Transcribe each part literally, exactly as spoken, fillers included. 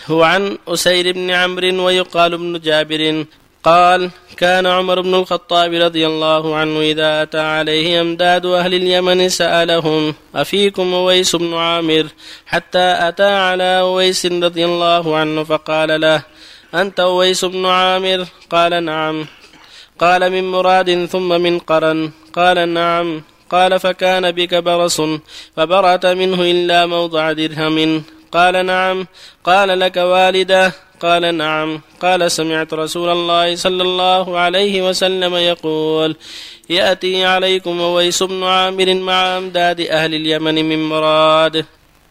هو عن أسير بن عمرو ويقال ابن جابر قال كان عمر بن الخطاب رضي الله عنه إذا أتى عليه أمداد أهل اليمن سألهم أفيكم أويس بن عامر حتى أتى على أويس رضي الله عنه فقال له أنت أويس بن عامر؟ قال نعم. قال من مراد ثم من قرن؟ قال نعم. قال فكان بك برص فبرأت منه إلا موضع درهم؟ قال نعم. قال لك والدة؟ قال نعم. قال سمعت رسول الله صلى الله عليه وسلم يقول يأتي عليكم أويس بن عامر مع أمداد أهل اليمن من مراد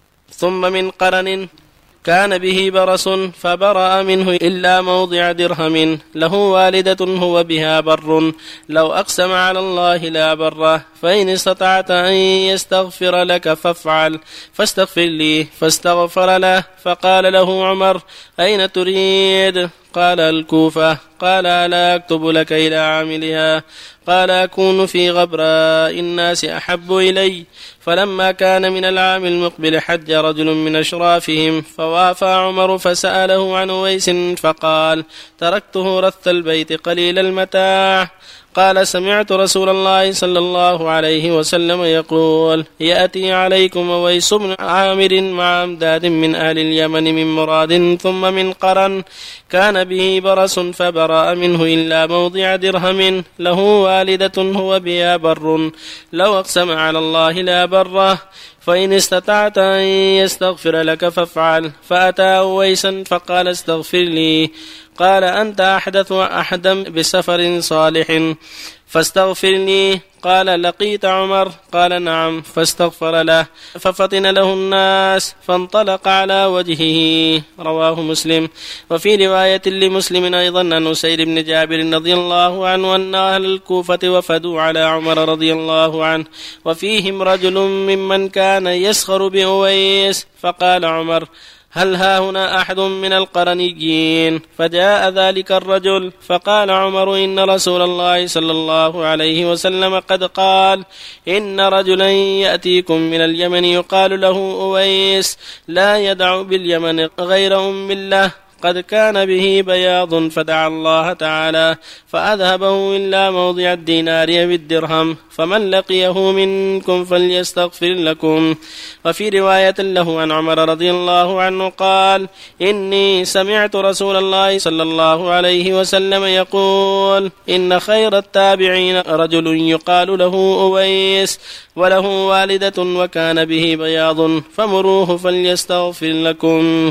ثم من قرن كان به برص فبرأ منه إلا موضع درهم له والدة هو بها بر لو أقسم على الله لا بره فإن استطعت أن يستغفر لك فافعل فاستغفر لي فاستغفر له. فقال له عمر أين تريد؟ قال الكوفة. قال ألا أكتب لك إلى عاملها؟ قال أكون في غبراء الناس أحب إلي. فلما كان من العام المقبل حج رجل من أشرافهم فوافى عمر فسأله عن أويس فقال تركته رث البيت قليل المتاع. قال سمعت رسول الله صلى الله عليه وسلم يقول يأتي عليكم أويس بن عامر مع أمداد من أهل اليمن من مراد ثم من قرن كان به برص فبرأ منه إلا موضع درهم له والدة هو بها بر لو أقسم على الله لا بره فإن استطعت أن يستغفر لك فافعل. فأتى أويسا فقال استغفر لي. قال أنت أحدث أحدا بسفر صالح فاستغفر لي. قال لقيت عمر؟ قال نعم. فاستغفر له ففطن له الناس فانطلق على وجهه. رواه مسلم. وفي رواية لمسلم أيضا عن أسير بن جابر رضي الله عنه أن أهل الكوفة وفدوا على عمر رضي الله عنه وفيهم رجل ممن كان يسخر بأويس فقال عمر هل ها هنا أحد من القرنيين؟ فجاء ذلك الرجل فقال عمر إن رسول الله صلى الله عليه وسلم قد قال إن رجلا يأتيكم من اليمن يقال له أويس لا يدع باليمن غير أم الله قد كان به بياض فدعا الله تعالى فأذهبه إلا موضع الدينار بالدرهم فمن لقيه منكم فليستغفر لكم. وفي رواية له عن عمر رضي الله عنه قال إني سمعت رسول الله صلى الله عليه وسلم يقول إن خير التابعين رجل يقال له أويس وله والدة وكان به بياض فمروه فليستغفر لكم.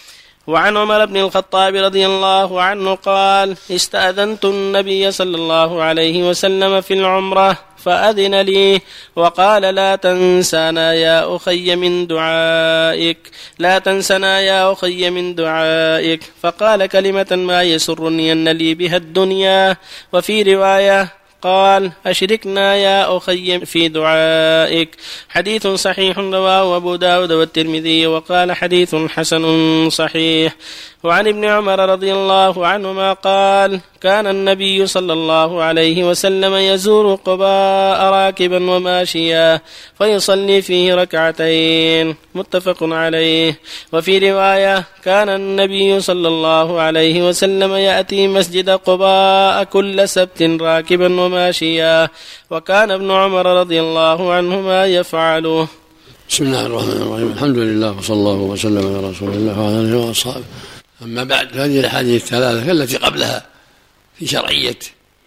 وعن عمر بن الخطاب رضي الله عنه قال استأذنت النبي صلى الله عليه وسلم في العمرة فأذن لي وقال لا تنسانا يا أخي من دعائك لا تنسنا يا أخي من دعائك. فقال كلمة ما يسرني أن لي بها الدنيا. وفي رواية قال أشركنا يا أخي في دعائك. حديث صحيح رواه أبو داود والترمذي وقال حديث حسن صحيح. وعن ابن عمر رضي الله عنهما قال كان النبي صلى الله عليه وسلم يزور قباء راكبا وماشيا فيصلي فيه ركعتين متفق عليه. وفي رواية كان النبي صلى الله عليه وسلم يأتي مسجد قباء كل سبت راكبا وماشيا وكان ابن عمر رضي الله عنهما يفعله. بسم الله الرحمن الرحيم. الحمد لله وصلى الله وسلم على رسول الله وعلى اله وأصحابه. أما بعد هذه الأحاديث الثلاثة التي قبلها في شرعية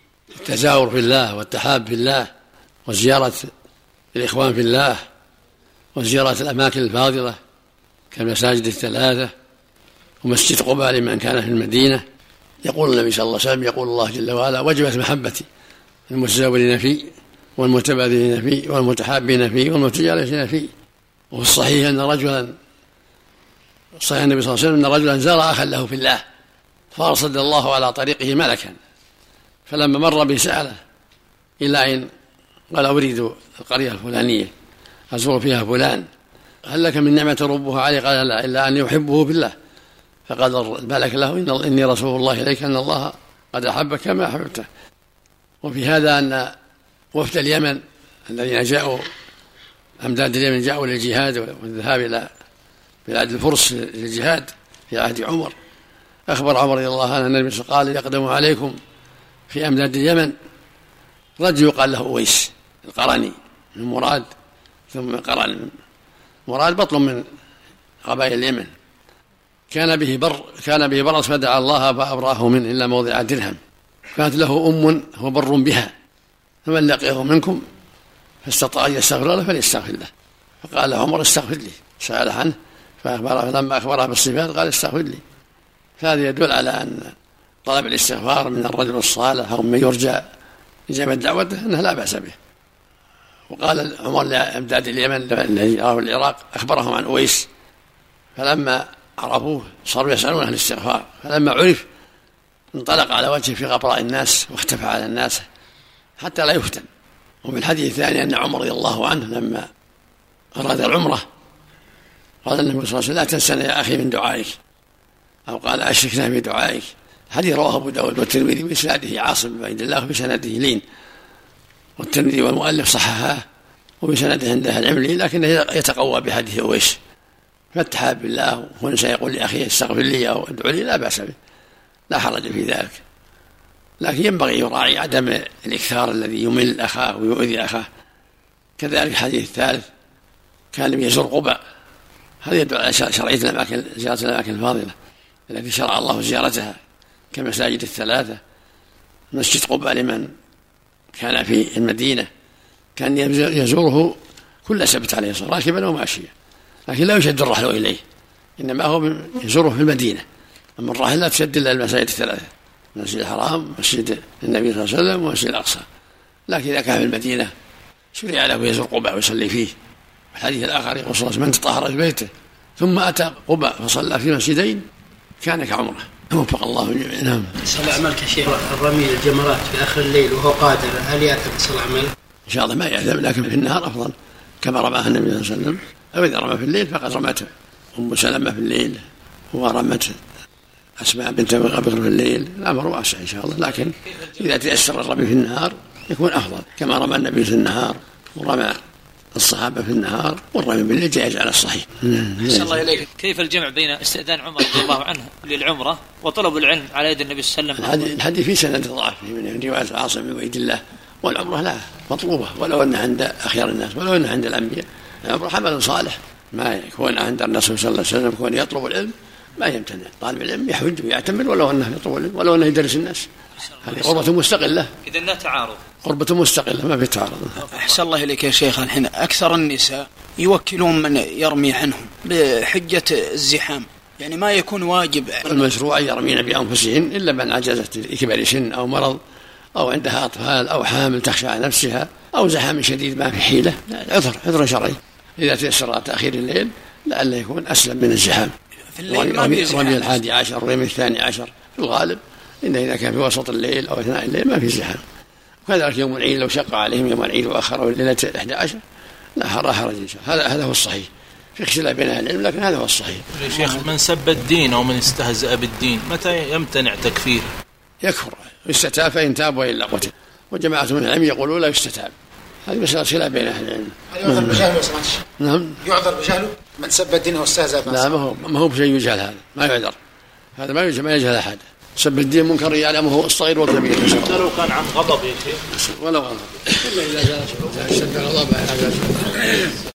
التزاور في الله والتحاب في الله وزيارة الإخوان في الله وزيارة الأماكن الفاضلة كالمساجد الثلاثة ومسجد قباء لمن كان في المدينة. يقول النبي صلى الله عليه وسلم يقول الله جل وعلا وجبت محبتي المتزاورين فيه والمتبادلين فيه والمتحابين فيه والمتجالسين فيه. وفي الصحيح أن رجلا صحيح النبي صلى الله عليه وسلم أن رجلا زار أخا له في الله فأرسل الله على طريقه ملكا فلما مر به سأله إلى أين؟ قال أريد القرية الفلانية أزور فيها فلان هل لك من نعمة ربها عليه؟ قال لا إلا أن يحبه بالله. فقال الملك له إني رسول الله إليك أن الله قد أحبك كما أحببته. وفي هذا أن وفد اليمن الذين جاءوا أمداد اليمن جاءوا للجهاد والذهاب إلى بلاد الفرس للجهاد في عهد عمر. أخبر عمر رضي الله عنه أن النبي صلى الله عليه وسلم قال يقدم عليكم في أمداد اليمن رجل يقال له أويس القرني من مراد، ثم قرن مراد بطل من قبائل اليمن، كان به بر كان به برص فدعا الله فأبراه منه إلا موضع درهم، كانت له أم هو بر بها، فمن لقيه منكم فاستطاع أن يستغفر له فليستغفر له. فقال له عمر استغفر لي، سأل عنه فأخبره، لما أخبره بالصفات قال استغفر لي. فهذا يدل على أن طلب الاستغفار من الرجل الصالح أو من يرجى إجابة دعوته أنه لا بأس به. وقال عمر لأمداد اليمن الذي أراه العراق أخبرهم عن أويس، فلما عرفوه صاروا يسألون عن الاستغفار، فلما عرف انطلق على وجهه في غبراء الناس واختفى على الناس حتى لا يفتن. وفي الحديث الثاني أن عمر رضي الله عنه لما أراد العمرة قال النبي صلى الله عليه وسلم لا تنسنا يا أخي من دعائك، أو قال أشركنا في دعائك. حديث رواه أبو داود والترمذي بإسناده عاصم بن عبد الله وبسنده لين، والترمذي والمؤلف صححاه وبسنده عند أهل العلم لين، لكنه يتقوى بحديث أويس. فاتحى بالله وهو سيقول لأخيه استغفر لي أو ادعو لي لا بأس به، لا حرج في ذلك، لكن ينبغي يراعي عدم الإكثار الذي يمل أخاه ويؤذي أخاه. كذلك الحديث الثالث كان يزور قباء، هذا يدل على شرعية الأماكن، زيارة الأماكن الفاضلة التي شرع الله زيارتها كمساجد الثلاثة. مسجد قباء لمن كان في المدينة كان يزوره كل سبت عليه الصلاة راكبا وماشيا، لكن لا يشد الرحل إليه، إنما هو يزوره في المدينة. أما الراحل لا تشد إلا المساجد الثلاثة، مسجد الحرام، مسجد النبي صلى الله عليه وسلم، ومسجد الأقصى. لكن إذا كان في المدينة شرع له يزور قباء ويصلي فيه. الحديث الآخر يقول صلى الله عليه وسلم من تطهر في بيته ثم أتى قباء فصلى في مسجدين كان كعمره. وفق الله جميعا. نعم. صلى عملك شيخ الرمي الجمرات في آخر الليل وهو قادر، هل يأثم صلى عمل؟ إن شاء الله ما يأثم، لكن في النهار أفضل كما رماه النبي صلى الله عليه وسلم. أو إذا رمى في الليل فقد رمته أم سلمة في الليل ورمت أسماء بنت أبي بكر في الليل، الأمر واسع إن شاء الله، لكن إذا تيسر الرمي في النهار يكون أفضل كما رمى النبي في النهار ورمى الصحابة في النهار، والرمي بالليل جائز على الصحيح. أحسن الله إليك. كيف الجمع بين استئذان عمر رضي الله عنه للعمرة وطلب العلم على يد النبي صلى الله عليه وسلم؟ الحديث في سند ضعف من رواية عاصم بن عبد الله، والعمرة لا مطلوبة ولو أنها عند أخيار الناس، ولو أنها عند الأنبياء. العمرة عمل صالح، ما يكون عند الرسول صلى الله عليه وسلم يكون يطلب العلم ما يمتنع، طالب العلم يحج ويعتمر ولو أنه يطلب العلم، ولو أنه يدرس الناس. هذه قربة مستقلة، إذن لا تعارض، قربة مستقلة ما في تعارض. أحسن الله إليك يا شيخ. الحين أكثر النساء يوكلون من يرمي عنهم بحجة الزحام، يعني ما يكون واجب. المشروع يرمين بأنفسهن إلا من عجزت لكبر سن أو مرض أو عندها أطفال أو حامل تخشى على نفسها أو زحام شديد ما في حيلة، عذر عذر شرعي. إذا تيسر تأخير الليل لعله يكون أسلم من الزحام. رمي الحادي عشر رمي الثاني عشر في الغالب، إن إذا كان في وسط الليل أو أثناء الليل ما في زحام. وكذلك يوم العيد لو شق عليهم يوم العيد وأخروا الليلة إحدى عشر لا حرج إن شاء الله. هذا هذا هو الصحيح، في اختلاف بين أهل العلم لكن هذا هو الصحيح. يا شيخ من سب الدين أو من استهزأ بالدين متى يمتنع تكفير؟ يكفر يستتاب فإن تاب وإلا قتل، وجماعة من العلم يقولون لا يستتاب. هذه مسألة خلاف بين أهل العلم. يعذر بجهله سمعت الشيخ؟ نعم يعذر بجهله من سب الدين واستهزأ به؟ لا ما هو ما هو بشيء يجهل، هذا ما يعذر، هذا ما يجهل ما يجهل أحد. سب الدين منكر يعلمه الصغير والكبير. لو كان عن غضب يا شيخ، ولو غضب إلا إذا جاء شد غضب.